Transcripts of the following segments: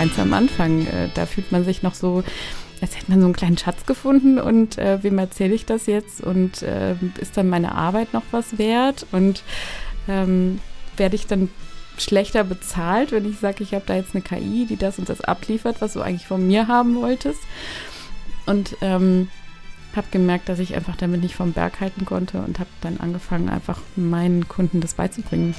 ganz am Anfang. Da fühlt man sich noch so, als hätte man so einen kleinen Schatz gefunden und wem erzähle ich das jetzt und ist dann meine Arbeit noch was wert und werde ich dann schlechter bezahlt, wenn ich sage, ich habe da jetzt eine KI, die das und das abliefert, was du eigentlich von mir haben wolltest. Und habe gemerkt, dass ich einfach damit nicht vom Berg halten konnte und habe dann angefangen, einfach meinen Kunden das beizubringen.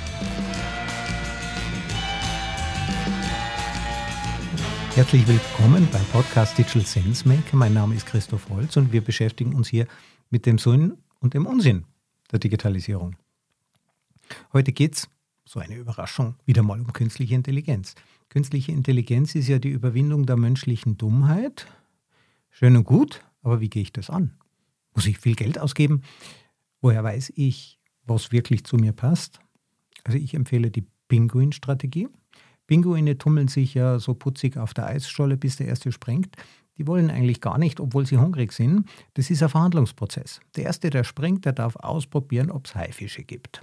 Herzlich willkommen beim Podcast Digital Sense Maker. Mein Name ist Christoph Holz und wir beschäftigen uns hier mit dem Sinn und dem Unsinn der Digitalisierung. Heute geht es, so eine Überraschung, wieder mal um künstliche Intelligenz. Künstliche Intelligenz ist ja die Überwindung der menschlichen Dummheit. Schön und gut, aber wie gehe ich das an? Muss ich viel Geld ausgeben? Woher weiß ich, was wirklich zu mir passt? Also ich empfehle die Pinguin-Strategie. Pinguine tummeln sich ja so putzig auf der Eisscholle, bis der erste springt. Die wollen eigentlich gar nicht, obwohl sie hungrig sind. Das ist ein Verhandlungsprozess. Der Erste, der springt, der darf ausprobieren, ob es Haifische gibt.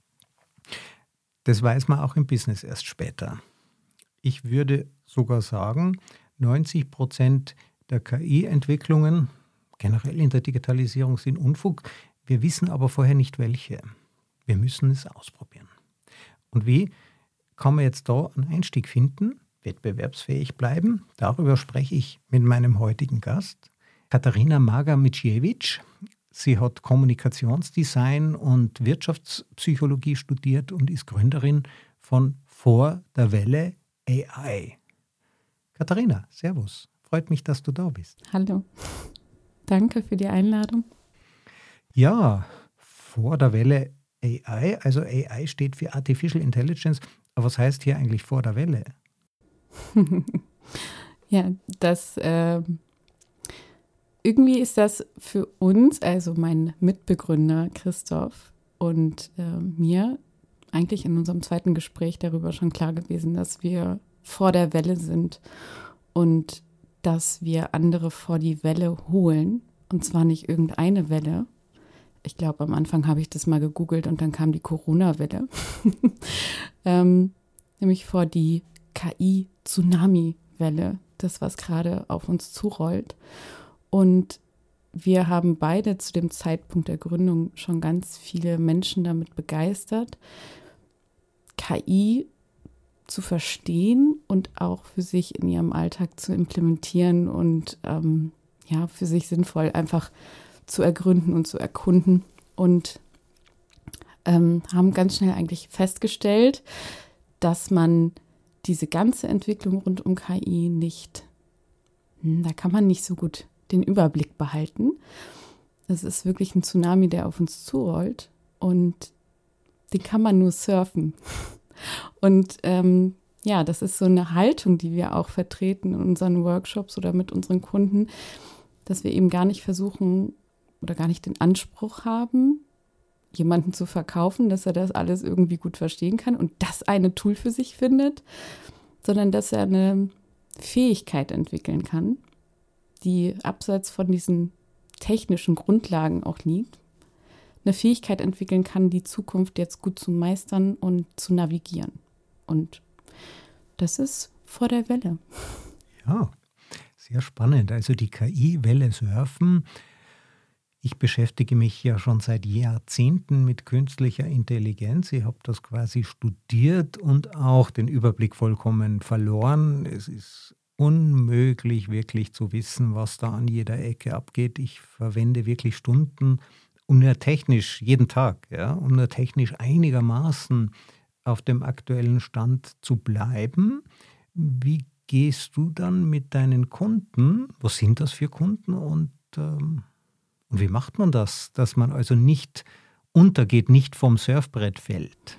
Das weiß man auch im Business erst später. Ich würde sogar sagen, 90% der KI-Entwicklungen generell in der Digitalisierung sind Unfug. Wir wissen aber vorher nicht welche. Wir müssen es ausprobieren. Und wie kann man jetzt da einen Einstieg finden, wettbewerbsfähig bleiben? Darüber spreche ich mit meinem heutigen Gast, Katarina Maga-Miciewicz. Sie hat Kommunikationsdesign und Wirtschaftspsychologie studiert und ist Gründerin von Vor der Welle AI. Katharina, servus. Freut mich, dass du da bist. Hallo. Danke für die Einladung. Ja, Vor der Welle AI, also AI steht für Artificial Intelligence. Aber was heißt hier eigentlich vor der Welle? Ja, irgendwie ist das für uns, also mein Mitbegründer Christoph und mir, eigentlich in unserem zweiten Gespräch darüber schon klar gewesen, dass wir vor der Welle sind und dass wir andere vor die Welle holen. Und zwar nicht irgendeine Welle. Ich glaube, am Anfang habe ich das mal gegoogelt und dann kam die Corona-Welle. Nämlich vor die KI-Tsunami-Welle, das, was gerade auf uns zurollt. Und wir haben beide zu dem Zeitpunkt der Gründung schon ganz viele Menschen damit begeistert, KI zu verstehen und auch für sich in ihrem Alltag zu implementieren und für sich sinnvoll einfach zu ergründen und zu erkunden. Und haben ganz schnell eigentlich festgestellt, dass man diese ganze Entwicklung rund um KI da kann man nicht so gut den Überblick behalten. Es ist wirklich ein Tsunami, der auf uns zurollt und den kann man nur surfen. Und das ist so eine Haltung, die wir auch vertreten in unseren Workshops oder mit unseren Kunden, dass wir eben gar nicht versuchen oder gar nicht den Anspruch haben, jemanden zu verkaufen, dass er das alles irgendwie gut verstehen kann und das eine Tool für sich findet, sondern dass er eine Fähigkeit entwickeln kann, die abseits von diesen technischen Grundlagen auch liegt, eine Fähigkeit entwickeln kann, die Zukunft jetzt gut zu meistern und zu navigieren. Und das ist vor der Welle. Ja, sehr spannend. Also die KI-Welle surfen. Ich beschäftige mich ja schon seit Jahrzehnten mit künstlicher Intelligenz. Ich habe das quasi studiert und auch den Überblick vollkommen verloren. Es ist unmöglich, wirklich zu wissen, was da an jeder Ecke abgeht. Ich verwende wirklich Stunden, um nur technisch, jeden Tag, um nur technisch einigermaßen auf dem aktuellen Stand zu bleiben. Wie gehst du dann mit deinen Kunden? Was sind das für Kunden? Und wie macht man das, dass man also nicht untergeht, nicht vom Surfbrett fällt?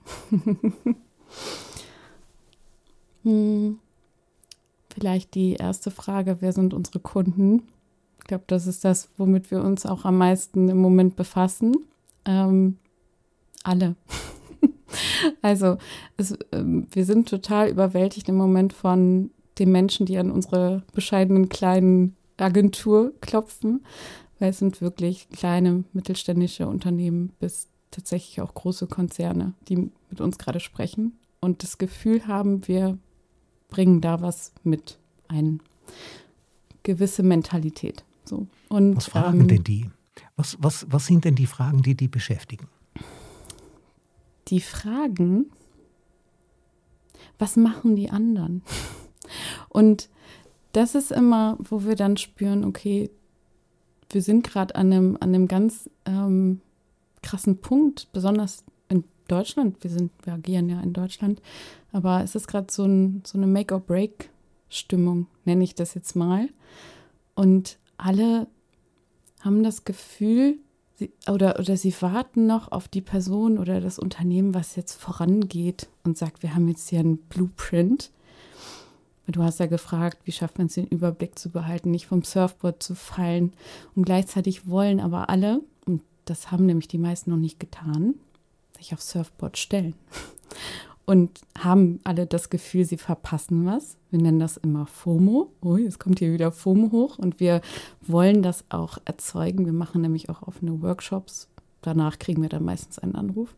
Vielleicht die erste Frage, wer sind unsere Kunden? Ich glaube, das ist das, womit wir uns auch am meisten im Moment befassen. Alle. Also wir sind total überwältigt im Moment von den Menschen, die an unsere bescheidenen kleinen Agentur klopfen. Weil es sind wirklich kleine, mittelständische Unternehmen bis tatsächlich auch große Konzerne, die mit uns gerade sprechen und das Gefühl haben, wir bringen da was mit, eine gewisse Mentalität. So. Und, was fragen denn die? Was sind denn die Fragen, die beschäftigen? Die Fragen, was machen die anderen? Und das ist immer, wo wir dann spüren, okay, wir sind gerade an einem ganz krassen Punkt, besonders in Deutschland. Wir agieren ja in Deutschland, aber es ist gerade so eine Make-or-Break-Stimmung, nenne ich das jetzt mal. Und alle haben das Gefühl, oder sie warten noch auf die Person oder das Unternehmen, was jetzt vorangeht und sagt, wir haben jetzt hier einen Blueprint. Du hast ja gefragt, wie schafft man es, den Überblick zu behalten, nicht vom Surfboard zu fallen. Und gleichzeitig wollen aber alle, und das haben nämlich die meisten noch nicht getan, sich aufs Surfboard stellen. Und haben alle das Gefühl, sie verpassen was. Wir nennen das immer FOMO. Oh, jetzt kommt hier wieder FOMO hoch. Und wir wollen das auch erzeugen. Wir machen nämlich auch offene Workshops. Danach kriegen wir dann meistens einen Anruf.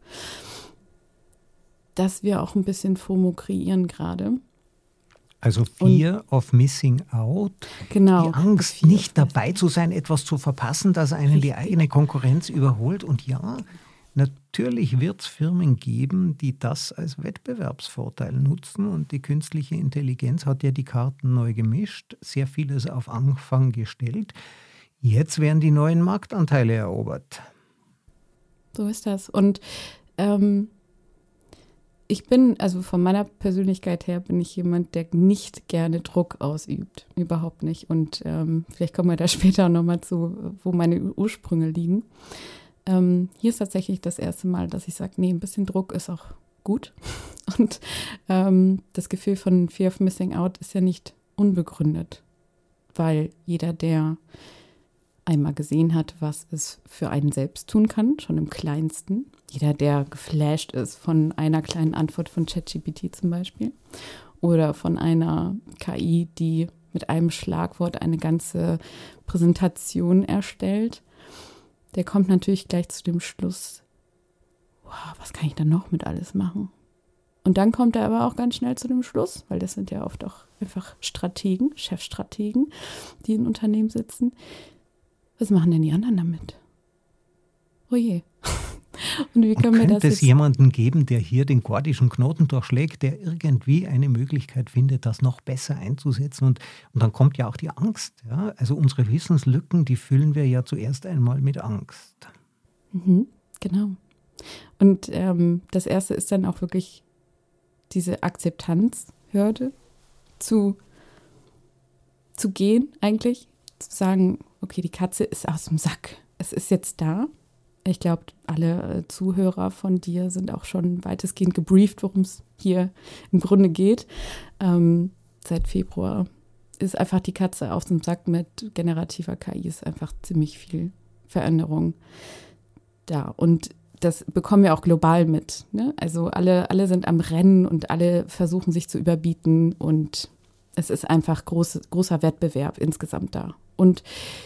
Dass wir auch ein bisschen FOMO kreieren gerade. Also Fear of Missing Out. Genau. Die Angst, nicht dabei zu sein, etwas zu verpassen, dass einen die eigene Konkurrenz überholt. Und ja, natürlich wird es Firmen geben, die das als Wettbewerbsvorteil nutzen. Und die künstliche Intelligenz hat ja die Karten neu gemischt, sehr vieles auf Anfang gestellt. Jetzt werden die neuen Marktanteile erobert. So ist das. Und ich bin, also von meiner Persönlichkeit her, bin ich jemand, der nicht gerne Druck ausübt. Überhaupt nicht. Und vielleicht kommen wir da später nochmal zu, wo meine Ursprünge liegen. Hier ist tatsächlich das erste Mal, dass ich sage, nee, ein bisschen Druck ist auch gut. Und das Gefühl von Fear of Missing Out ist ja nicht unbegründet. Weil jeder, der einmal gesehen hat, was es für einen selbst tun kann, schon im Kleinsten. Jeder, der geflasht ist von einer kleinen Antwort von ChatGPT zum Beispiel oder von einer KI, die mit einem Schlagwort eine ganze Präsentation erstellt, der kommt natürlich gleich zu dem Schluss, wow, was kann ich dann noch mit alles machen? Und dann kommt er aber auch ganz schnell zu dem Schluss, weil das sind ja oft auch einfach Strategen, Chefstrategen, die in Unternehmen sitzen. Was machen denn die anderen damit? Oh je. Und wie können wir das jetzt... Könnte es jemanden geben, der hier den gordischen Knoten durchschlägt, der irgendwie eine Möglichkeit findet, das noch besser einzusetzen? Und dann kommt ja auch die Angst. Ja? Also unsere Wissenslücken, die füllen wir ja zuerst einmal mit Angst. Genau. Und das Erste ist dann auch wirklich diese Akzeptanzhürde zu gehen eigentlich. Zu sagen, okay, die Katze ist aus dem Sack. Es ist jetzt da. Ich glaube, alle Zuhörer von dir sind auch schon weitestgehend gebrieft, worum es hier im Grunde geht. Seit Februar ist einfach die Katze aus dem Sack mit generativer KI, ist einfach ziemlich viel Veränderung da. Und das bekommen wir auch global mit. Ne? Also alle sind am Rennen und alle versuchen sich zu überbieten und es ist einfach großer Wettbewerb insgesamt da. Und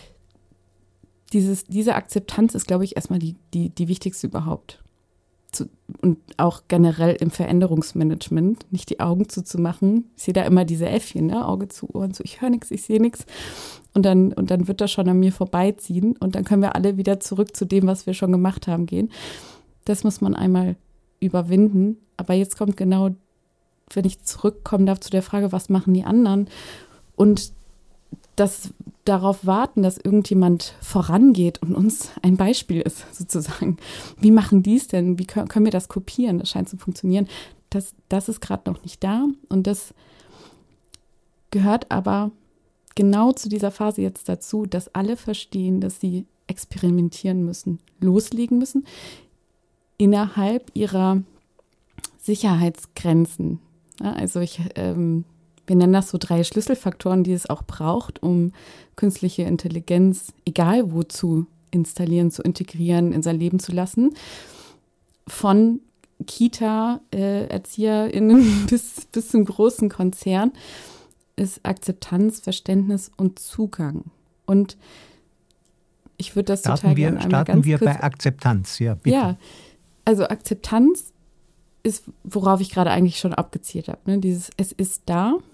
diese Akzeptanz ist, glaube ich, erstmal die wichtigste überhaupt. Und auch generell im Veränderungsmanagement, nicht die Augen zuzumachen. Ich sehe da immer diese Äffchen, ne? Auge zu, Ohren zu, ich höre nichts, ich sehe nichts. Und dann wird das schon an mir vorbeiziehen. Und dann können wir alle wieder zurück zu dem, was wir schon gemacht haben, gehen. Das muss man einmal überwinden. Aber jetzt kommt genau, wenn ich zurückkommen darf zu der Frage, was machen die anderen? Und darauf warten, dass irgendjemand vorangeht und uns ein Beispiel ist, sozusagen. Wie machen die es denn? Wie können wir das kopieren? Das scheint zu funktionieren. Das ist gerade noch nicht da. Und das gehört aber genau zu dieser Phase jetzt dazu, dass alle verstehen, dass sie experimentieren müssen, loslegen müssen, innerhalb ihrer Sicherheitsgrenzen. Ja, also wir nennen das so 3 Schlüsselfaktoren, die es auch braucht, um künstliche Intelligenz, egal wo, zu installieren, zu integrieren, in sein Leben zu lassen. Von Kita, ErzieherInnen bis zum großen Konzern ist Akzeptanz, Verständnis und Zugang. Und ich würde das total gerne einmal ganz kurz... Starten wir bei Akzeptanz, ja, bitte. Ja, also Akzeptanz ist, worauf ich gerade eigentlich schon abgezielt habe. Ne? Es ist da,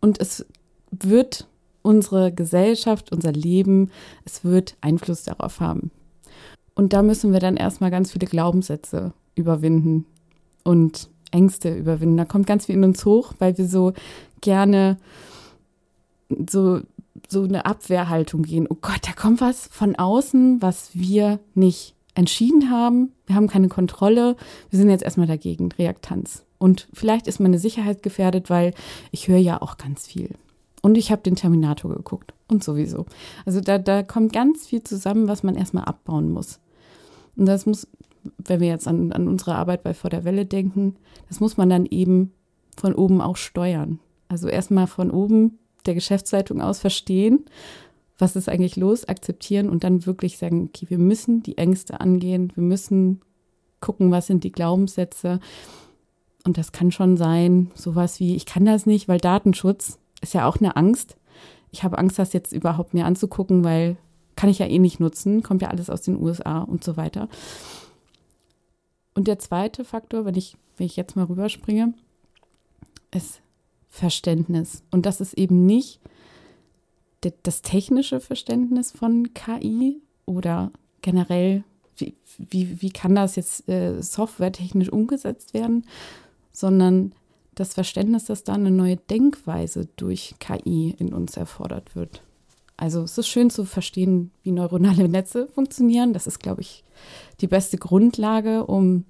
Und es wird unsere Gesellschaft, unser Leben, es wird Einfluss darauf haben. Und da müssen wir dann erstmal ganz viele Glaubenssätze überwinden und Ängste überwinden. Da kommt ganz viel in uns hoch, weil wir so gerne so eine Abwehrhaltung gehen. Oh Gott, da kommt was von außen, was wir nicht entschieden haben. Wir haben keine Kontrolle. Wir sind jetzt erstmal dagegen, Reaktanz. Und vielleicht ist meine Sicherheit gefährdet, weil ich höre ja auch ganz viel. Und ich habe den Terminator geguckt und sowieso. Also da kommt ganz viel zusammen, was man erstmal abbauen muss. Und das muss, wenn wir jetzt an unsere Arbeit bei Vor der Welle denken, das muss man dann eben von oben auch steuern. Also erstmal von oben der Geschäftsleitung aus verstehen, was ist eigentlich los, akzeptieren und dann wirklich sagen, okay, wir müssen die Ängste angehen, wir müssen gucken, was sind die Glaubenssätze. Und das kann schon sein, sowas wie, ich kann das nicht, weil Datenschutz ist ja auch eine Angst. Ich habe Angst, das jetzt überhaupt mir anzugucken, weil kann ich ja eh nicht nutzen, kommt ja alles aus den USA und so weiter. Und der zweite Faktor, wenn ich jetzt mal rüberspringe, ist Verständnis. Und das ist eben nicht das technische Verständnis von KI oder generell, wie kann das jetzt softwaretechnisch umgesetzt werden, sondern das Verständnis, dass da eine neue Denkweise durch KI in uns erfordert wird. Also es ist schön zu verstehen, wie neuronale Netze funktionieren. Das ist, glaube ich, die beste Grundlage, um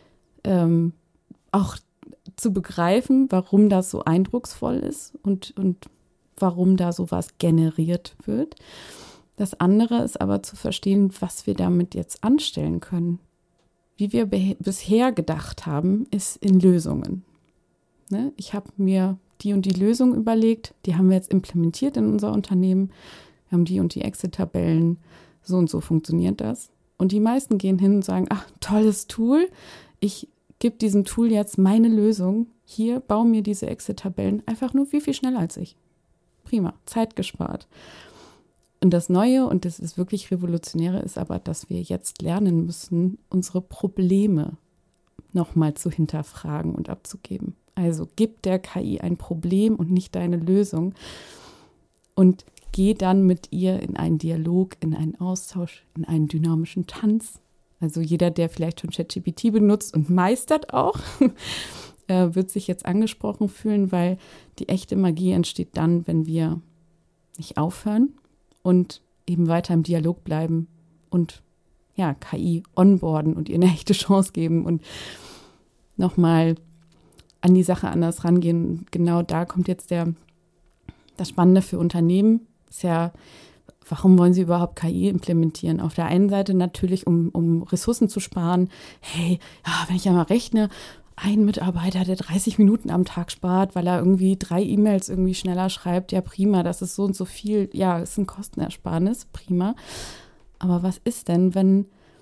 auch zu begreifen, warum das so eindrucksvoll ist und warum da sowas generiert wird. Das andere ist aber zu verstehen, was wir damit jetzt anstellen können. Wie wir bisher gedacht haben, ist in Lösungen. Ne? Ich habe mir die und die Lösung überlegt, die haben wir jetzt implementiert in unser Unternehmen. Wir haben die und die Exit-Tabellen, so und so funktioniert das. Und die meisten gehen hin und sagen, ach, tolles Tool, ich gebe diesem Tool jetzt meine Lösung, hier, baue mir diese Exit-Tabellen, einfach nur viel schneller als ich. Prima, Zeit gespart. Und das Neue, und das ist wirklich Revolutionäre, ist aber, dass wir jetzt lernen müssen, unsere Probleme nochmal zu hinterfragen und abzugeben. Also gib der KI ein Problem und nicht deine Lösung und geh dann mit ihr in einen Dialog, in einen Austausch, in einen dynamischen Tanz. Also jeder, der vielleicht schon ChatGPT benutzt und meistert auch, wird sich jetzt angesprochen fühlen, weil die echte Magie entsteht dann, wenn wir nicht aufhören und eben weiter im Dialog bleiben und ja, KI onboarden und ihr eine echte Chance geben und nochmal an die Sache anders rangehen. Genau da kommt jetzt das Spannende für Unternehmen. Ist ja, warum wollen sie überhaupt KI implementieren? Auf der einen Seite natürlich, um Ressourcen zu sparen. Hey, ja, wenn ich ja mal rechne, ein Mitarbeiter, der 30 Minuten am Tag spart, weil er irgendwie 3 E-Mails irgendwie schneller schreibt, ja prima, das ist so und so viel, ja, ist ein Kostenersparnis, prima. Aber was ist denn, wenn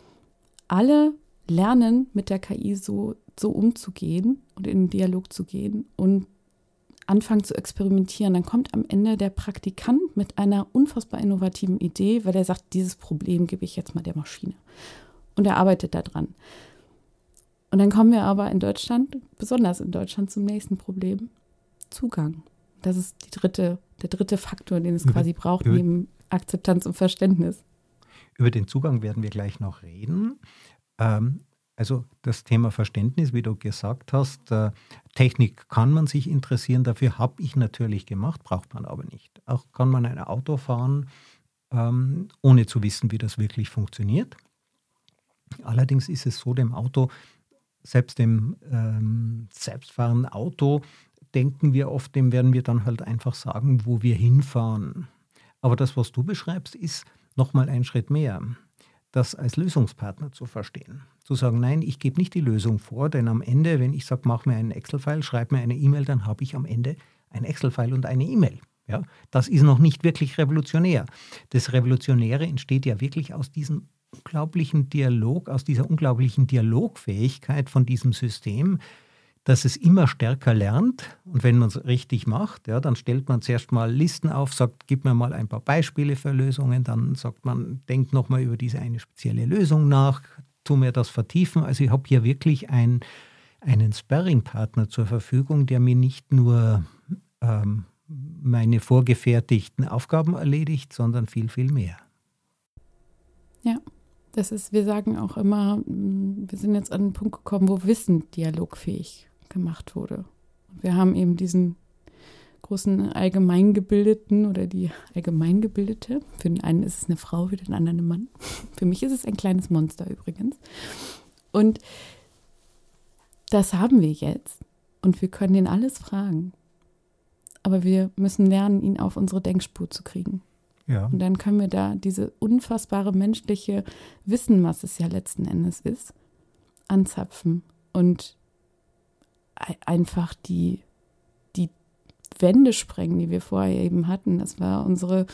alle lernen, mit der KI so umzugehen und in den Dialog zu gehen und anfangen zu experimentieren, dann kommt am Ende der Praktikant mit einer unfassbar innovativen Idee, weil er sagt, dieses Problem gebe ich jetzt mal der Maschine. Und er arbeitet daran. Und dann kommen wir aber in Deutschland, besonders in Deutschland, zum nächsten Problem. Zugang. Das ist der dritte Faktor, den es quasi braucht, neben Akzeptanz und Verständnis. Über den Zugang werden wir gleich noch reden. Also das Thema Verständnis, wie du gesagt hast, Technik kann man sich interessieren, dafür habe ich natürlich gemacht, braucht man aber nicht. Auch kann man ein Auto fahren, ohne zu wissen, wie das wirklich funktioniert. Allerdings ist es so, selbst dem selbstfahrenden Auto, denken wir oft, dem werden wir dann halt einfach sagen, wo wir hinfahren. Aber das, was du beschreibst, ist nochmal ein Schritt mehr. Das als Lösungspartner zu verstehen. Zu sagen, nein, ich gebe nicht die Lösung vor, denn am Ende, wenn ich sage, mach mir einen Excel-File, schreib mir eine E-Mail, dann habe ich am Ende ein Excel-File und eine E-Mail. Ja, das ist noch nicht wirklich revolutionär. Das Revolutionäre entsteht ja wirklich aus diesem unglaublichen Dialog, aus dieser unglaublichen Dialogfähigkeit von diesem System, dass es immer stärker lernt. Und wenn man es richtig macht, ja, dann stellt man zuerst mal Listen auf, sagt, gib mir mal ein paar Beispiele für Lösungen, dann sagt man, denk nochmal über diese eine spezielle Lösung nach, tu mir das vertiefen. Also ich habe hier wirklich einen Sparring-Partner zur Verfügung, der mir nicht nur meine vorgefertigten Aufgaben erledigt, sondern viel, viel mehr. Ja, wir sagen auch immer, wir sind jetzt an einen Punkt gekommen, wo Wissen dialogfähig gemacht wurde. Und wir haben eben diesen großen Allgemeingebildeten oder die Allgemeingebildete. Für den einen ist es eine Frau, für den anderen ein Mann. Für mich ist es ein kleines Monster übrigens. Und das haben wir jetzt. Und wir können ihn alles fragen. Aber wir müssen lernen, ihn auf unsere Denkspur zu kriegen. Ja. Und dann können wir da diese unfassbare menschliche Wissen, was es ja letzten Endes ist, anzapfen und einfach die Wände sprengen, die wir vorher eben hatten. Das war unsere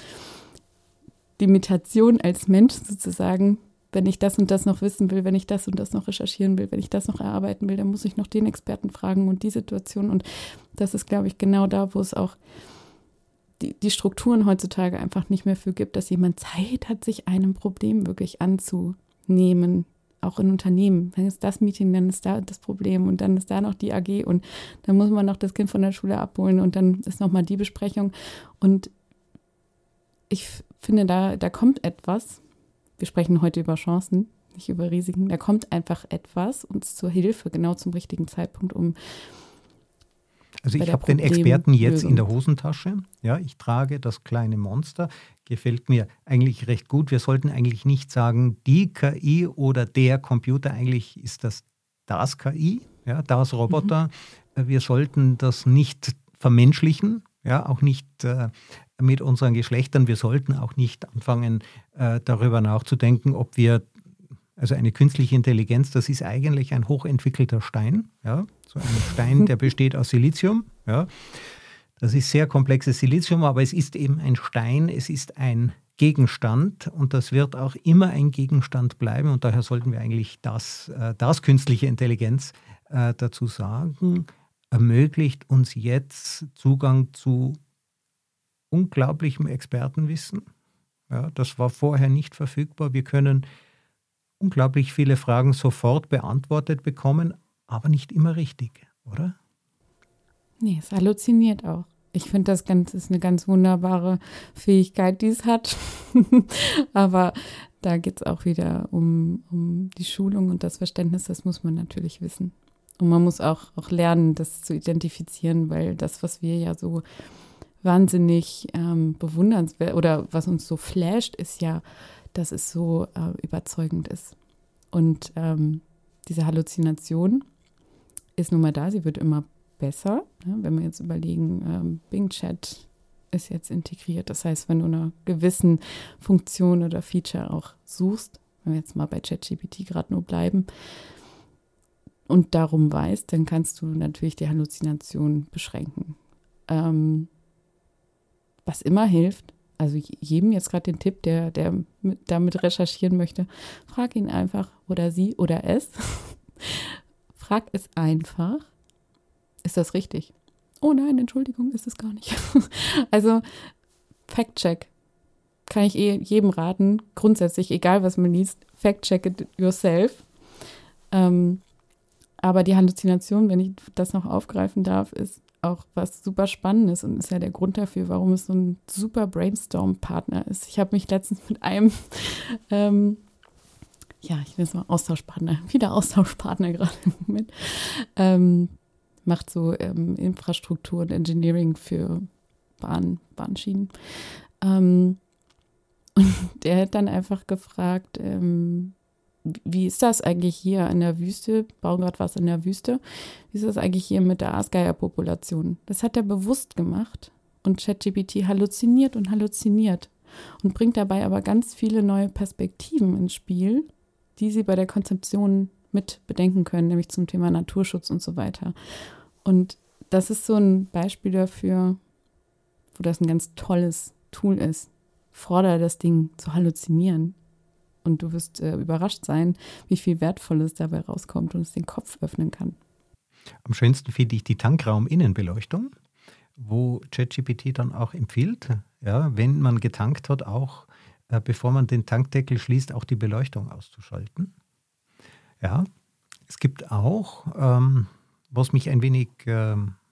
Limitation als Mensch sozusagen. Wenn ich das und das noch wissen will, wenn ich das und das noch recherchieren will, wenn ich das noch erarbeiten will, dann muss ich noch den Experten fragen und die Situation. Und das ist, glaube ich, genau da, wo es auch die Strukturen heutzutage einfach nicht mehr für gibt, dass jemand Zeit hat, sich einem Problem wirklich anzunehmen, auch in Unternehmen. Dann ist das Meeting, dann ist da das Problem und dann ist da noch die AG und dann muss man noch das Kind von der Schule abholen und dann ist nochmal die Besprechung. Und ich finde, da kommt etwas. Wir sprechen heute über Chancen, nicht über Risiken. Da kommt einfach etwas uns zur Hilfe, genau zum richtigen Zeitpunkt, Also ich habe den Experten jetzt in der Hosentasche. Ja, ich trage das kleine Monster. Gefällt mir eigentlich recht gut. Wir sollten eigentlich nicht sagen, die KI oder der Computer. Eigentlich ist das KI, ja, das Roboter. Wir sollten das nicht vermenschlichen, ja, auch nicht mit unseren Geschlechtern. Wir sollten auch nicht anfangen, darüber nachzudenken, ob wir, also eine künstliche Intelligenz, das ist eigentlich ein hochentwickelter Stein, ja, so ein Stein, der besteht aus Silizium, ja. Das ist sehr komplexes Silizium, aber es ist eben ein Stein, es ist ein Gegenstand und das wird auch immer ein Gegenstand bleiben und daher sollten wir eigentlich das künstliche Intelligenz dazu sagen, ermöglicht uns jetzt Zugang zu unglaublichem Expertenwissen. Ja, das war vorher nicht verfügbar. Wir können unglaublich viele Fragen sofort beantwortet bekommen, aber nicht immer richtig, oder? Nee, es halluziniert auch. Ich finde, das ist eine ganz wunderbare Fähigkeit, die es hat. Aber da geht es auch wieder um die Schulung und das Verständnis, das muss man natürlich wissen. Und man muss auch lernen, das zu identifizieren, weil das, was wir ja so wahnsinnig bewundernswert oder was uns so flasht, ist ja, dass es so überzeugend ist. Und diese Halluzination ist nun mal da, sie wird immer besser. Ja, wenn wir jetzt überlegen, Bing Chat ist jetzt integriert. Das heißt, wenn du einer gewissen Funktion oder Feature auch suchst, wenn wir jetzt mal bei ChatGPT gerade nur bleiben und darum weißt, dann kannst du natürlich die Halluzination beschränken. Was immer hilft, also jedem jetzt gerade den Tipp, der damit recherchieren möchte, frag ihn einfach oder sie oder es. Frag es einfach. Ist das richtig? Oh nein, Entschuldigung, ist es gar nicht. Also Fact-Check kann ich jedem raten. Grundsätzlich, egal was man liest, Fact-check it yourself. Aber die Halluzination, wenn ich das noch aufgreifen darf, ist auch was super Spannendes und ist ja der Grund dafür, warum es so ein super Brainstorm-Partner ist. Ich habe mich letztens mit einem, ich nenne es mal Austauschpartner gerade im Moment, macht so Infrastruktur und Engineering für Bahnschienen. Und der hat dann einfach gefragt, wie ist das eigentlich hier in der Wüste? Bauen gerade was in der Wüste. Wie ist das eigentlich hier mit der Aasgeier-Population? Das hat er bewusst gemacht und ChatGPT halluziniert und bringt dabei aber ganz viele neue Perspektiven ins Spiel, die sie bei der Konzeption mit bedenken können, nämlich zum Thema Naturschutz und so weiter. Und das ist so ein Beispiel dafür, wo das ein ganz tolles Tool ist. Fordere das Ding zu halluzinieren. Und du wirst überrascht sein, wie viel Wertvolles dabei rauskommt und es den Kopf öffnen kann. Am schönsten finde ich die Tankraum-Innenbeleuchtung, wo ChatGPT dann auch empfiehlt, ja, wenn man getankt hat, auch bevor man den Tankdeckel schließt, auch die Beleuchtung auszuschalten. Ja, es gibt auch, was mich ein wenig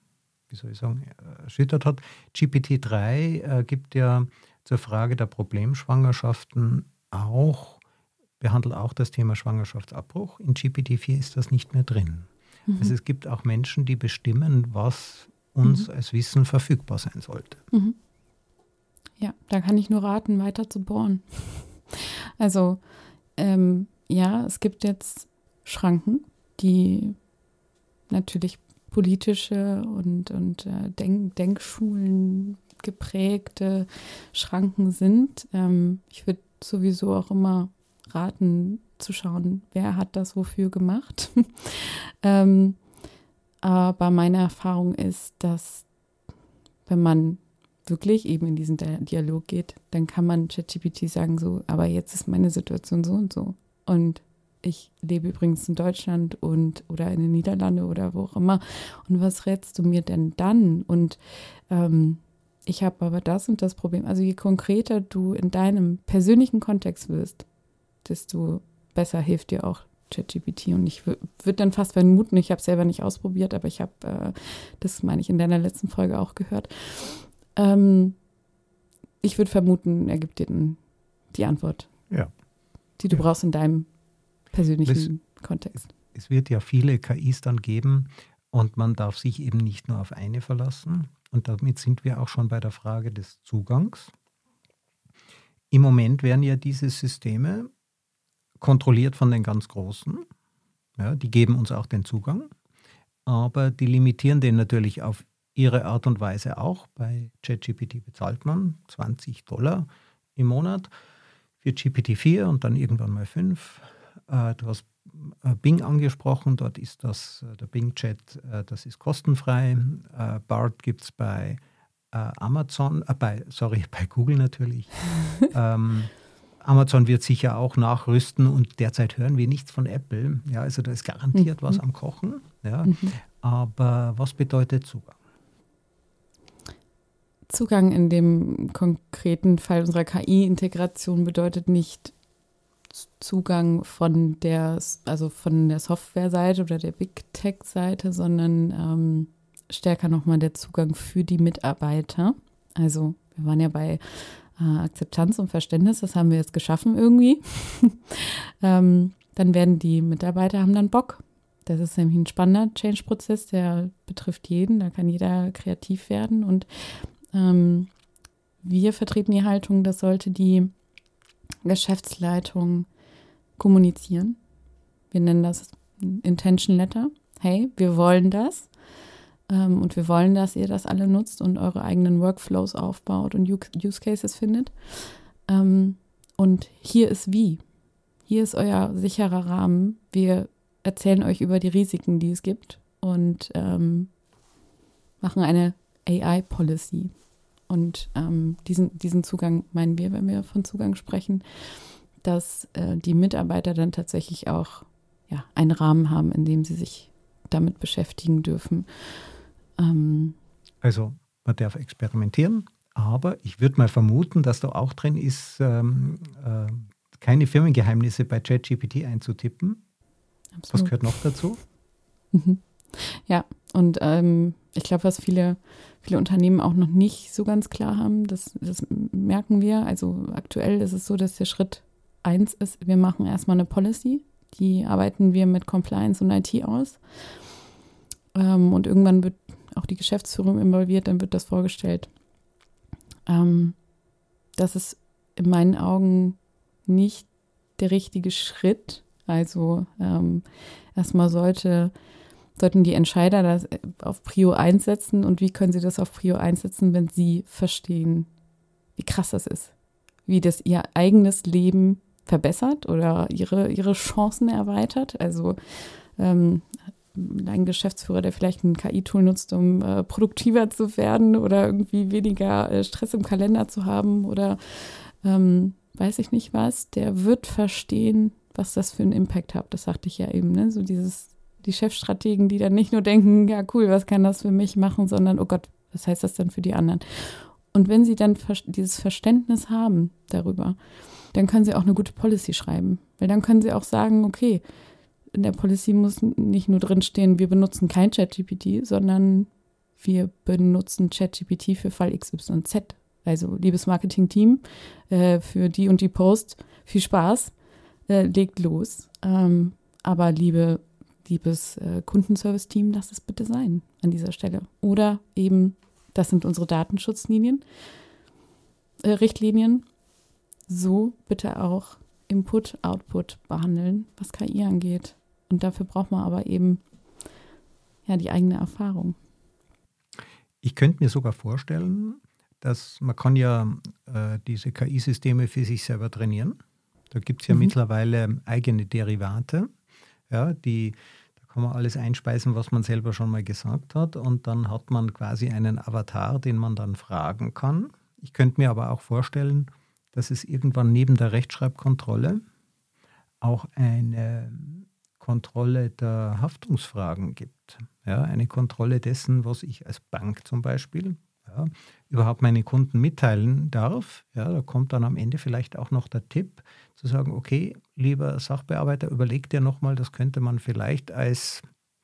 erschüttert hat. GPT-3 gibt ja zur Frage der Problemschwangerschaften behandelt auch das Thema Schwangerschaftsabbruch. In GPT-4 ist das nicht mehr drin. Also es gibt auch Menschen, die bestimmen, was uns als Wissen verfügbar sein sollte. Ja, da kann ich nur raten, weiter zu bohren. Also es gibt jetzt Schranken, die natürlich politische und Denkschulen geprägte Schranken sind. Ich würde sowieso auch immer raten, zu schauen, wer hat das wofür gemacht. Aber meine Erfahrung ist, dass wenn man wirklich eben in diesen Dialog geht, dann kann man ChatGPT sagen so, aber jetzt ist meine Situation so und so. Und ich lebe übrigens in Deutschland oder in den Niederlanden oder wo auch immer. Und was rätst du mir denn dann? Und ich habe aber das und das Problem. Also je konkreter du in deinem persönlichen Kontext wirst, desto besser hilft dir auch ChatGPT. Und ich würde dann fast vermuten, ich habe es selber nicht ausprobiert, aber ich habe, das meine ich in deiner letzten Folge auch gehört, ich würde vermuten, er gibt dir die Antwort, die du brauchst in deinem persönlichen Kontext. Es wird ja viele KIs dann geben und man darf sich eben nicht nur auf eine verlassen. Und damit sind wir auch schon bei der Frage des Zugangs. Im Moment werden ja diese Systeme kontrolliert von den ganz Großen. Ja, die geben uns auch den Zugang, aber die limitieren den natürlich auf ihre Art und Weise auch. Bei ChatGPT bezahlt man $20 im Monat für GPT-4 und dann irgendwann mal 5. Du hast Bing angesprochen, dort ist der Bing-Chat, das ist kostenfrei. Bard gibt es bei Amazon, bei Google natürlich. Amazon wird sicher auch nachrüsten und derzeit hören wir nichts von Apple. Ja, also da ist garantiert was am Kochen. Ja. Aber was bedeutet Zugang? Zugang in dem konkreten Fall unserer KI-Integration bedeutet nicht Zugang von der Software-Seite oder der Big-Tech-Seite, sondern stärker nochmal der Zugang für die Mitarbeiter. Also wir waren ja bei Akzeptanz und Verständnis, das haben wir jetzt geschaffen irgendwie. Dann werden die Mitarbeiter, haben dann Bock. Das ist nämlich ein spannender Change-Prozess, der betrifft jeden, da kann jeder kreativ werden und wir vertreten die Haltung, das sollte die Geschäftsleitung kommunizieren. Wir nennen das Intention Letter. Hey, wir wollen das und wir wollen, dass ihr das alle nutzt und eure eigenen Workflows aufbaut und Use Cases findet. Und hier ist wie. Hier ist euer sicherer Rahmen. Wir erzählen euch über die Risiken, die es gibt und machen eine AI-Policy. Und diesen Zugang meinen wir, wenn wir von Zugang sprechen, dass die Mitarbeiter dann tatsächlich auch einen Rahmen haben, in dem sie sich damit beschäftigen dürfen. Also man darf experimentieren, aber ich würde mal vermuten, dass da auch drin ist, keine Firmengeheimnisse bei ChatGPT einzutippen. Absolut. Was gehört noch dazu? Ja, und ich glaube, was viele Unternehmen auch noch nicht so ganz klar haben, das merken wir. Also aktuell ist es so, dass der Schritt 1 ist, wir machen erstmal eine Policy, die arbeiten wir mit Compliance und IT aus. Und irgendwann wird auch die Geschäftsführung involviert, dann wird das vorgestellt. Das ist in meinen Augen nicht der richtige Schritt. Also erstmal sollten die Entscheider das auf Prio 1 setzen. Und wie können sie das auf Prio 1 setzen, wenn sie verstehen, wie krass das ist? Wie das ihr eigenes Leben verbessert oder ihre Chancen erweitert? Also ein Geschäftsführer, der vielleicht ein KI-Tool nutzt, um produktiver zu werden oder irgendwie weniger Stress im Kalender zu haben oder weiß ich nicht was, der wird verstehen, was das für einen Impact hat. Das sagte ich ja eben, ne? So die Chefstrategen, die dann nicht nur denken, ja cool, was kann das für mich machen, sondern oh Gott, was heißt das denn für die anderen? Und wenn sie dann dieses Verständnis haben darüber, dann können sie auch eine gute Policy schreiben. Weil dann können sie auch sagen, okay, in der Policy muss nicht nur drinstehen, wir benutzen kein ChatGPT, sondern wir benutzen ChatGPT für Fall XYZ. Also, liebes Marketing-Team, für die und die Post, viel Spaß, legt los. Aber liebes Kundenservice-Team, lasst es bitte sein an dieser Stelle. Oder eben, das sind unsere Datenschutzlinien, Richtlinien. So bitte auch Input, Output behandeln, was KI angeht. Und dafür braucht man aber eben die eigene Erfahrung. Ich könnte mir sogar vorstellen, dass man kann ja diese KI-Systeme für sich selber trainieren. Da gibt es ja mittlerweile eigene Derivate. Ja, da kann man alles einspeisen, was man selber schon mal gesagt hat. Und dann hat man quasi einen Avatar, den man dann fragen kann. Ich könnte mir aber auch vorstellen, dass es irgendwann neben der Rechtschreibkontrolle auch eine Kontrolle der Haftungsfragen gibt. Ja, eine Kontrolle dessen, was ich als Bank zum Beispiel überhaupt meinen Kunden mitteilen darf. Ja, da kommt dann am Ende vielleicht auch noch der Tipp, zu sagen, okay, lieber Sachbearbeiter, überleg dir nochmal, das könnte man vielleicht als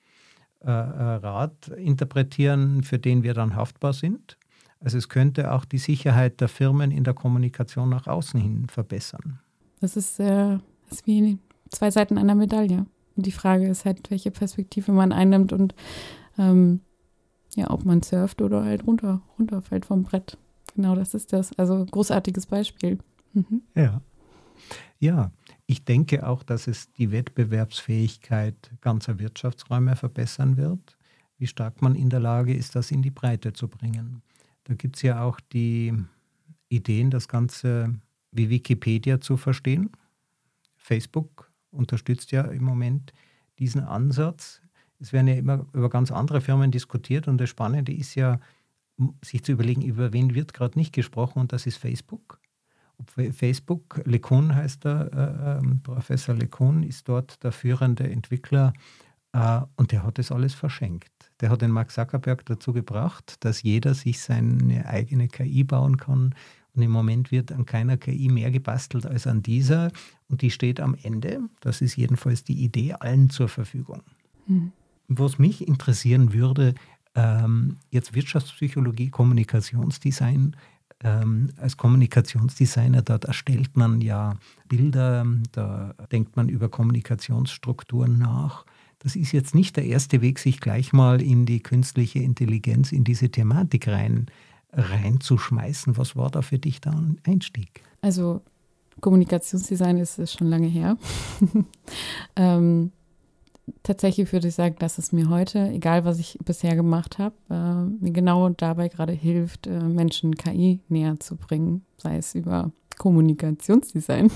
Rat interpretieren, für den wir dann haftbar sind. Also es könnte auch die Sicherheit der Firmen in der Kommunikation nach außen hin verbessern. Das ist wie 2 Seiten einer Medaille. Und die Frage ist halt, welche Perspektive man einnimmt und ob man surft oder halt runterfällt vom Brett. Genau, das ist das. Also großartiges Beispiel. Mhm. Ja, ich denke auch, dass es die Wettbewerbsfähigkeit ganzer Wirtschaftsräume verbessern wird, wie stark man in der Lage ist, das in die Breite zu bringen. Da gibt es ja auch die Ideen, das Ganze wie Wikipedia zu verstehen. Facebook unterstützt ja im Moment diesen Ansatz. Es werden ja immer über ganz andere Firmen diskutiert und das Spannende ist ja, sich zu überlegen, über wen wird gerade nicht gesprochen und das ist Facebook. Facebook, LeCun heißt der, Professor LeCun ist dort der führende Entwickler und der hat das alles verschenkt. Der hat den Mark Zuckerberg dazu gebracht, dass jeder sich seine eigene KI bauen kann und im Moment wird an keiner KI mehr gebastelt als an dieser und die steht am Ende, das ist jedenfalls die Idee, allen zur Verfügung. Was mich interessieren würde, jetzt Wirtschaftspsychologie, Kommunikationsdesign, als Kommunikationsdesigner, dort erstellt man ja Bilder, da denkt man über Kommunikationsstrukturen nach. Das ist jetzt nicht der erste Weg, sich gleich mal in die künstliche Intelligenz, in diese Thematik reinzuschmeißen. Was war da für dich da ein Einstieg? Also Kommunikationsdesign ist schon lange her. Tatsächlich würde ich sagen, dass es mir heute, egal was ich bisher gemacht habe, mir genau dabei gerade hilft, Menschen KI näher zu bringen, sei es über Kommunikationsdesign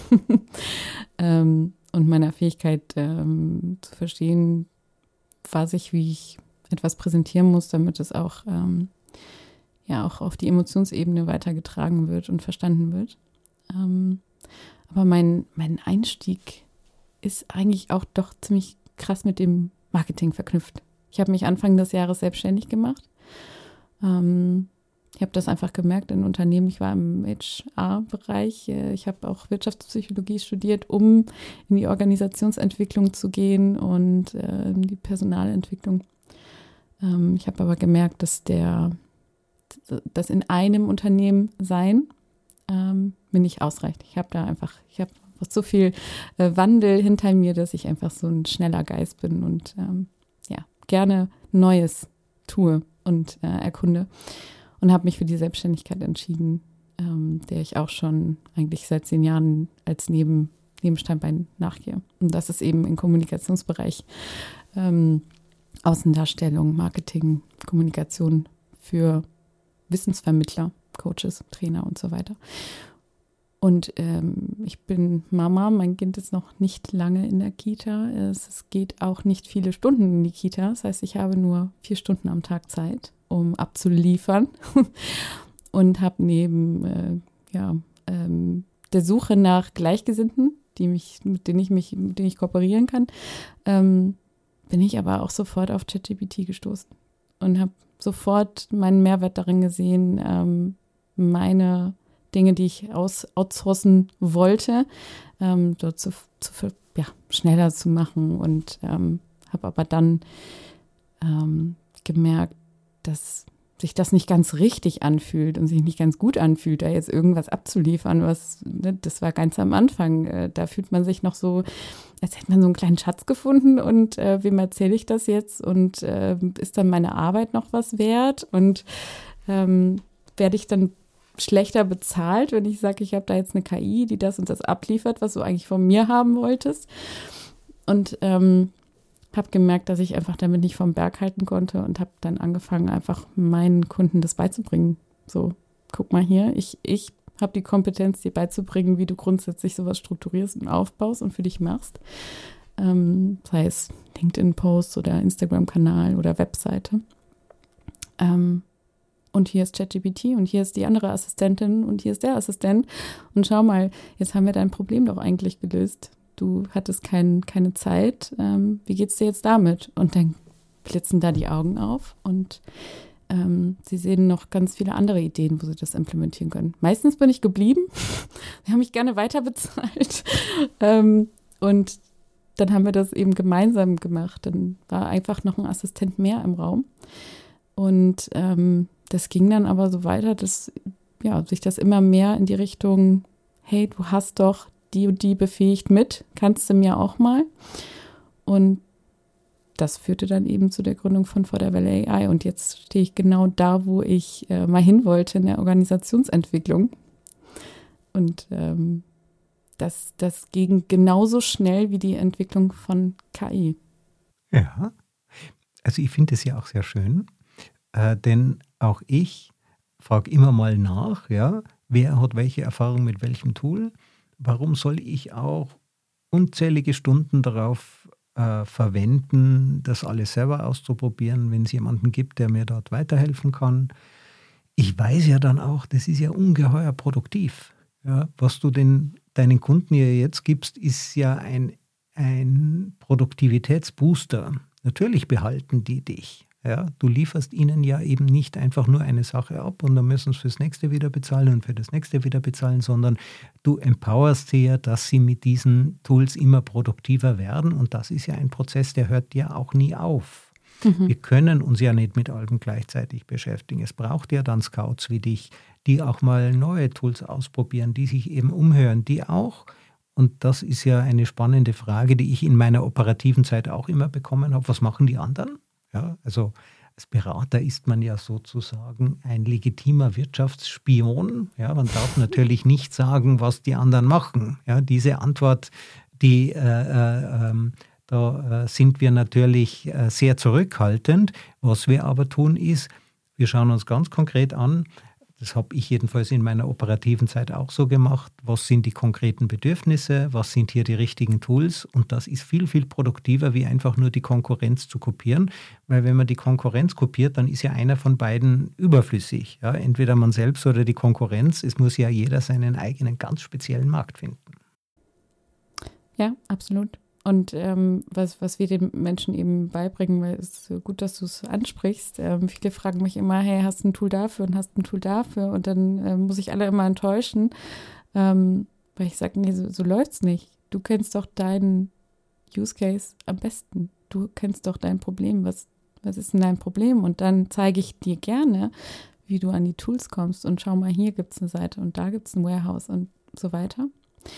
und meiner Fähigkeit zu verstehen, wie ich etwas präsentieren muss, damit es auch auf die Emotionsebene weitergetragen wird und verstanden wird. Aber mein Einstieg ist eigentlich auch doch ziemlich krass mit dem Marketing verknüpft. Ich habe mich Anfang des Jahres selbstständig gemacht. Ich habe das einfach gemerkt in Unternehmen. Ich war im HR-Bereich. Ich habe auch Wirtschaftspsychologie studiert, um in die Organisationsentwicklung zu gehen und in die Personalentwicklung. Ich habe aber gemerkt, dass in einem Unternehmen sein mir nicht ausreicht. Ich habe so viel Wandel hinter mir, dass ich einfach so ein schneller Geist bin und gerne Neues tue und erkunde. Und habe mich für die Selbstständigkeit entschieden, der ich auch schon eigentlich seit 10 Jahren als Nebenstandbein nachgehe. Und das ist eben im Kommunikationsbereich Außendarstellung, Marketing, Kommunikation für Wissensvermittler, Coaches, Trainer und so weiter. Und ich bin Mama, mein Kind ist noch nicht lange in der Kita. Es geht auch nicht viele Stunden in die Kita. Das heißt, ich habe nur 4 Stunden am Tag Zeit, um abzuliefern. Und habe neben der Suche nach Gleichgesinnten, mit denen ich kooperieren kann, bin ich aber auch sofort auf ChatGPT gestoßen und habe sofort meinen Mehrwert darin gesehen, meine Dinge, die ich outsourcen wollte, dort schneller zu machen und habe aber dann gemerkt, dass sich das nicht ganz richtig anfühlt und sich nicht ganz gut anfühlt, da jetzt irgendwas abzuliefern, das war ganz am Anfang. Da fühlt man sich noch so, als hätte man so einen kleinen Schatz gefunden und wem erzähle ich das jetzt und ist dann meine Arbeit noch was wert und werde ich dann schlechter bezahlt, wenn ich sage, ich habe da jetzt eine KI, die das und das abliefert, was du eigentlich von mir haben wolltest. Und habe gemerkt, dass ich einfach damit nicht vom Berg halten konnte und habe dann angefangen, einfach meinen Kunden das beizubringen. So, guck mal hier, ich habe die Kompetenz, dir beizubringen, wie du grundsätzlich sowas strukturierst und aufbaust und für dich machst. Sei es LinkedIn-Posts oder Instagram-Kanal oder Webseite. Und hier ist ChatGPT und hier ist die andere Assistentin und hier ist der Assistent. Und schau mal, jetzt haben wir dein Problem doch eigentlich gelöst. Du hattest keine Zeit. Wie geht's dir jetzt damit? Und dann blitzen da die Augen auf und sie sehen noch ganz viele andere Ideen, wo sie das implementieren können. Meistens bin ich geblieben. Sie haben mich gerne weiter bezahlt. Und dann haben wir das eben gemeinsam gemacht. Dann war einfach noch ein Assistent mehr im Raum. Und das ging dann aber so weiter, dass sich das immer mehr in die Richtung, hey, du hast doch die und die befähigt mit, kannst du mir auch mal. Und das führte dann eben zu der Gründung von Vor der Welle AI. Und jetzt stehe ich genau da, wo ich mal hin wollte in der Organisationsentwicklung. Und das ging genauso schnell wie die Entwicklung von KI. Ja, also ich finde es ja auch sehr schön, denn auch ich frage immer mal nach, ja, wer hat welche Erfahrung mit welchem Tool. Warum soll ich auch unzählige Stunden darauf verwenden, das alles selber auszuprobieren, wenn es jemanden gibt, der mir dort weiterhelfen kann? Ich weiß ja dann auch, das ist ja ungeheuer produktiv. Ja, was du deinen Kunden ja jetzt gibst, ist ja ein Produktivitätsbooster. Natürlich behalten die dich. Ja, du lieferst ihnen ja eben nicht einfach nur eine Sache ab und dann müssen sie fürs nächste wieder bezahlen und für das nächste wieder bezahlen, sondern du empowerst sie ja, dass sie mit diesen Tools immer produktiver werden und das ist ja ein Prozess, der hört ja auch nie auf. Wir können uns ja nicht mit allem gleichzeitig beschäftigen. Es braucht ja dann Scouts wie dich, die auch mal neue Tools ausprobieren, die sich eben umhören, die auch, und das ist ja eine spannende Frage, die ich in meiner operativen Zeit auch immer bekommen habe, was machen die anderen? Ja, also als Berater ist man ja sozusagen ein legitimer Wirtschaftsspion. Ja, man darf natürlich nicht sagen, was die anderen machen. Ja, diese Antwort, da sind wir natürlich sehr zurückhaltend. Was wir aber tun ist, wir schauen uns ganz konkret an, das habe ich jedenfalls in meiner operativen Zeit auch so gemacht. Was sind die konkreten Bedürfnisse? Was sind hier die richtigen Tools? Und das ist viel, viel produktiver, wie einfach nur die Konkurrenz zu kopieren. Weil wenn man die Konkurrenz kopiert, dann ist ja einer von beiden überflüssig. Ja, entweder man selbst oder die Konkurrenz. Es muss ja jeder seinen eigenen ganz speziellen Markt finden. Ja, absolut. Und was wir den Menschen eben beibringen, weil es ist gut, dass du es ansprichst. Viele fragen mich immer, hey, hast du ein Tool dafür und hast ein Tool dafür? Und dann muss ich alle immer enttäuschen, weil ich sage, nee, so läuft's nicht. Du kennst doch deinen Use Case am besten. Du kennst doch dein Problem. Was ist denn dein Problem? Und dann zeige ich dir gerne, wie du an die Tools kommst. Und schau mal, hier gibt es eine Seite und da gibt es ein Warehouse und so weiter.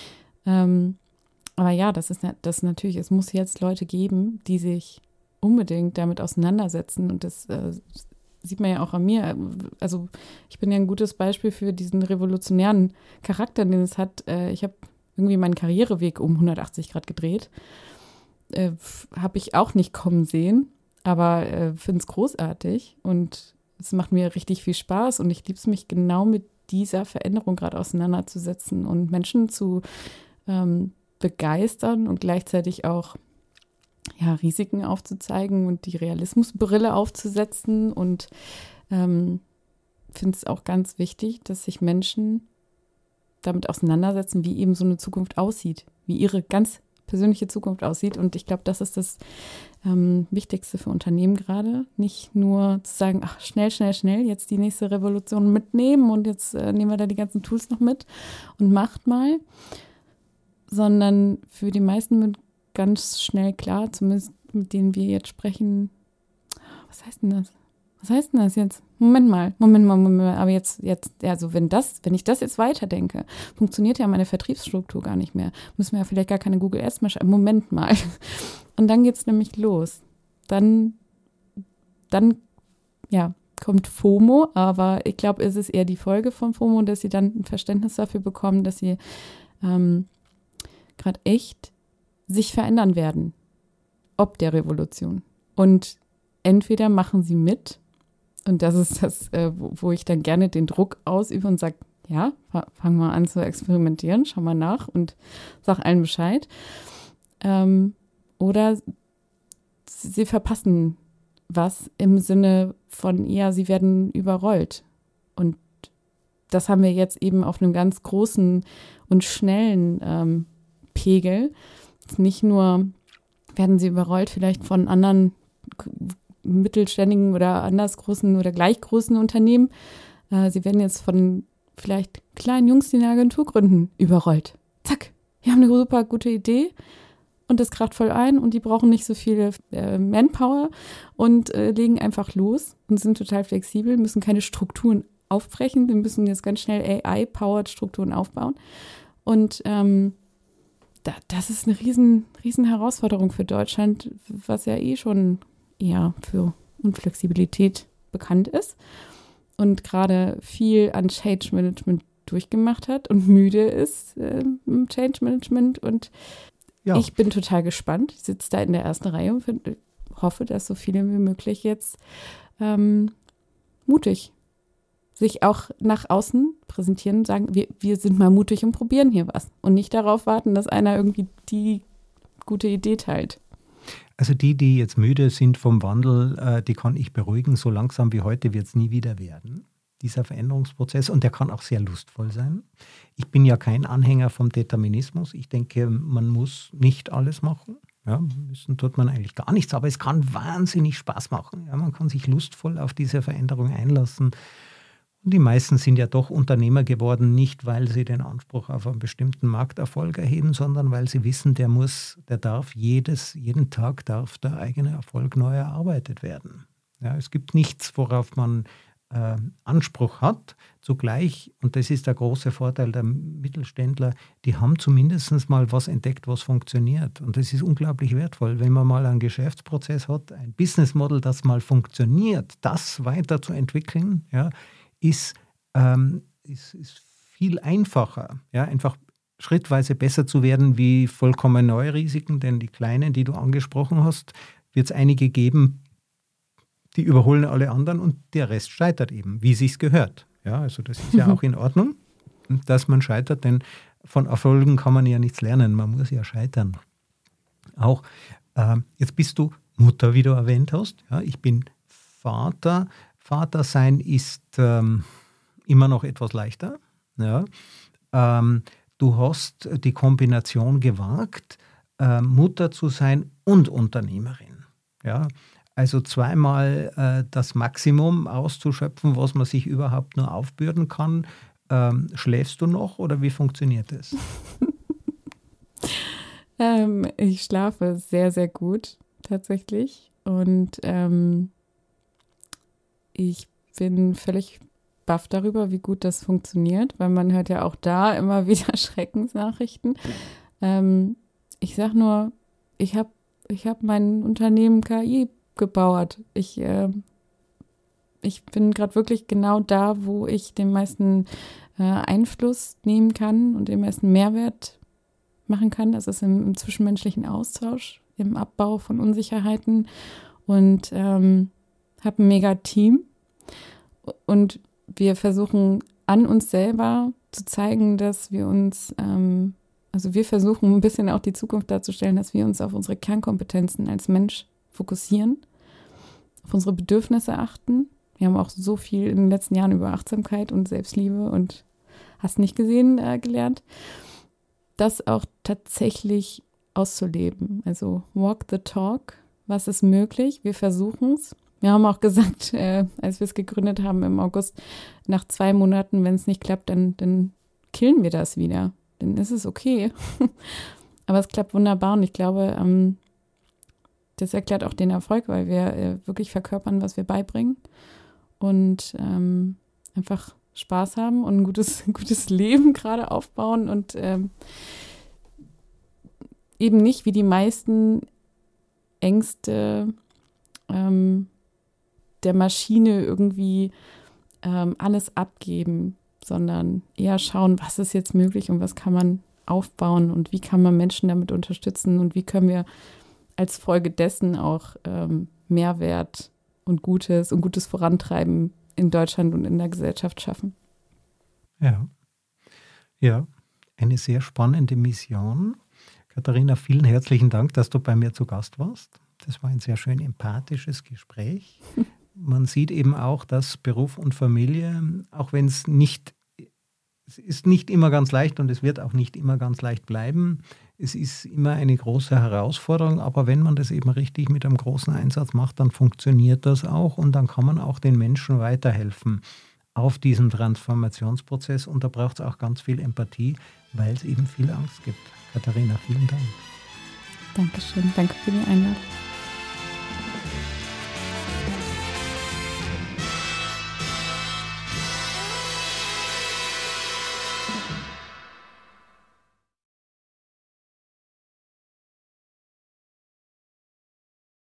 Aber ja, das natürlich, es muss jetzt Leute geben, die sich unbedingt damit auseinandersetzen. Und das sieht man ja auch an mir. Also ich bin ja ein gutes Beispiel für diesen revolutionären Charakter, den es hat. Ich habe irgendwie meinen Karriereweg um 180 Grad gedreht. Habe ich auch nicht kommen sehen, aber finde es großartig. Und es macht mir richtig viel Spaß. Und ich liebe es, mich genau mit dieser Veränderung gerade auseinanderzusetzen und Menschen zu begeistern und gleichzeitig auch Risiken aufzuzeigen und die Realismusbrille aufzusetzen. Und finde es auch ganz wichtig, dass sich Menschen damit auseinandersetzen, wie eben so eine Zukunft aussieht, wie ihre ganz persönliche Zukunft aussieht. Und ich glaube, das ist das Wichtigste für Unternehmen gerade. Nicht nur zu sagen, ach, schnell, jetzt die nächste Revolution mitnehmen und jetzt nehmen wir da die ganzen Tools noch mit und macht mal, sondern für die meisten wird ganz schnell klar, zumindest mit denen wir jetzt sprechen, was heißt denn das? was heißt denn das jetzt? Moment mal, aber jetzt, also wenn ich das jetzt weiterdenke, funktioniert ja meine Vertriebsstruktur gar nicht mehr. Müssen wir ja vielleicht gar keine Google Ads mehr schreiben. Moment mal. Und dann geht's nämlich los. Dann ja, kommt FOMO, aber ich glaube, es ist eher die Folge von FOMO, dass sie dann ein Verständnis dafür bekommen, dass sie gerade echt sich verändern werden, ob der Revolution. Und entweder machen sie mit, und das ist das, wo ich dann gerne den Druck ausübe und sage, ja, fang mal an zu experimentieren, schau mal nach und sag allen Bescheid. Oder sie verpassen was im Sinne von, ja, sie werden überrollt. Und das haben wir jetzt eben auf einem ganz großen und schnellen Pegel. Nicht nur werden sie überrollt vielleicht von anderen mittelständigen oder anders großen oder gleich großen Unternehmen. Sie werden jetzt von vielleicht kleinen Jungs, die eine Agentur gründen, überrollt. Zack, wir haben eine super gute Idee und das kracht voll ein und die brauchen nicht so viel Manpower und legen einfach los und sind total flexibel, müssen keine Strukturen aufbrechen. Wir müssen jetzt ganz schnell AI-powered Strukturen aufbauen. Und das ist eine riesen Herausforderung für Deutschland, was ja eh schon eher für Unflexibilität bekannt ist und gerade viel an Change Management durchgemacht hat und müde ist im Change Management. Und ja, ich bin total gespannt. Ich sitze da in der ersten Reihe und hoffe, dass so viele wie möglich jetzt mutig sich auch nach außen präsentieren und sagen, wir sind mal mutig und probieren hier was. Und nicht darauf warten, dass einer irgendwie die gute Idee teilt. Also die jetzt müde sind vom Wandel, die kann ich beruhigen. So langsam wie heute wird es nie wieder werden, dieser Veränderungsprozess. Und der kann auch sehr lustvoll sein. Ich bin ja kein Anhänger vom Determinismus. Ich denke, man muss nicht alles machen. Ja, müssen tut man eigentlich gar nichts. Aber es kann wahnsinnig Spaß machen. Ja, man kann sich lustvoll auf diese Veränderung einlassen. Und die meisten sind ja doch Unternehmer geworden, nicht weil sie den Anspruch auf einen bestimmten Markterfolg erheben, sondern weil sie wissen, jeden Tag darf der eigene Erfolg neu erarbeitet werden. Ja, es gibt nichts, worauf man Anspruch hat. Zugleich, und das ist der große Vorteil der Mittelständler, die haben zumindest mal was entdeckt, was funktioniert. Und das ist unglaublich wertvoll, wenn man mal einen Geschäftsprozess hat, ein Business Model, das mal funktioniert, das weiterzuentwickeln, ja, ist viel einfacher, ja, einfach schrittweise besser zu werden wie vollkommen neue Risiken, denn die kleinen, die du angesprochen hast, wird es einige geben, die überholen alle anderen und der Rest scheitert eben, wie sich's gehört. Ja, also das ist ja auch in Ordnung, dass man scheitert, denn von Erfolgen kann man ja nichts lernen, man muss ja scheitern. Auch jetzt bist du Mutter, wie du erwähnt hast. Ja, ich bin Vater. Vater sein ist immer noch etwas leichter. Ja. Du hast die Kombination gewagt, Mutter zu sein und Unternehmerin. Ja. Also zweimal das Maximum auszuschöpfen, was man sich überhaupt nur aufbürden kann. Schläfst du noch oder wie funktioniert das? Ich schlafe sehr, sehr gut tatsächlich und ich bin völlig baff darüber, wie gut das funktioniert, weil man hört ja auch da immer wieder Schreckensnachrichten. Ich sag nur, ich hab mein Unternehmen KI gebaut. Ich bin gerade wirklich genau da, wo ich den meisten Einfluss nehmen kann und den meisten Mehrwert machen kann. Das ist im zwischenmenschlichen Austausch, im Abbau von Unsicherheiten und habe ein mega Team. Und wir versuchen an uns selber zu zeigen, dass wir uns, wir versuchen ein bisschen auch die Zukunft darzustellen, dass wir uns auf unsere Kernkompetenzen als Mensch fokussieren, auf unsere Bedürfnisse achten. Wir haben auch so viel in den letzten Jahren über Achtsamkeit und Selbstliebe und hast nicht gesehen gelernt, das auch tatsächlich auszuleben. Also walk the talk, was ist möglich? Wir versuchen es. Wir haben auch gesagt, als wir es gegründet haben im August, nach 2 Monaten, wenn es nicht klappt, dann killen wir das wieder. Dann ist es okay. Aber es klappt wunderbar und ich glaube, das erklärt auch den Erfolg, weil wir wirklich verkörpern, was wir beibringen und einfach Spaß haben und ein gutes Leben gerade aufbauen und eben nicht wie die meisten Ängste der Maschine irgendwie alles abgeben, sondern eher schauen, was ist jetzt möglich und was kann man aufbauen und wie kann man Menschen damit unterstützen und wie können wir als Folge dessen auch Mehrwert und Gutes Vorantreiben in Deutschland und in der Gesellschaft schaffen. Ja, eine sehr spannende Mission. Katharina, vielen herzlichen Dank, dass du bei mir zu Gast warst. Das war ein sehr schön empathisches Gespräch. Man sieht eben auch, dass Beruf und Familie, auch wenn es ist nicht immer ganz leicht und es wird auch nicht immer ganz leicht bleiben. Es ist immer eine große Herausforderung, aber wenn man das eben richtig mit einem großen Einsatz macht, dann funktioniert das auch und dann kann man auch den Menschen weiterhelfen auf diesem Transformationsprozess und da braucht es auch ganz viel Empathie, weil es eben viel Angst gibt. Katharina, vielen Dank. Dankeschön, danke für die Einladung.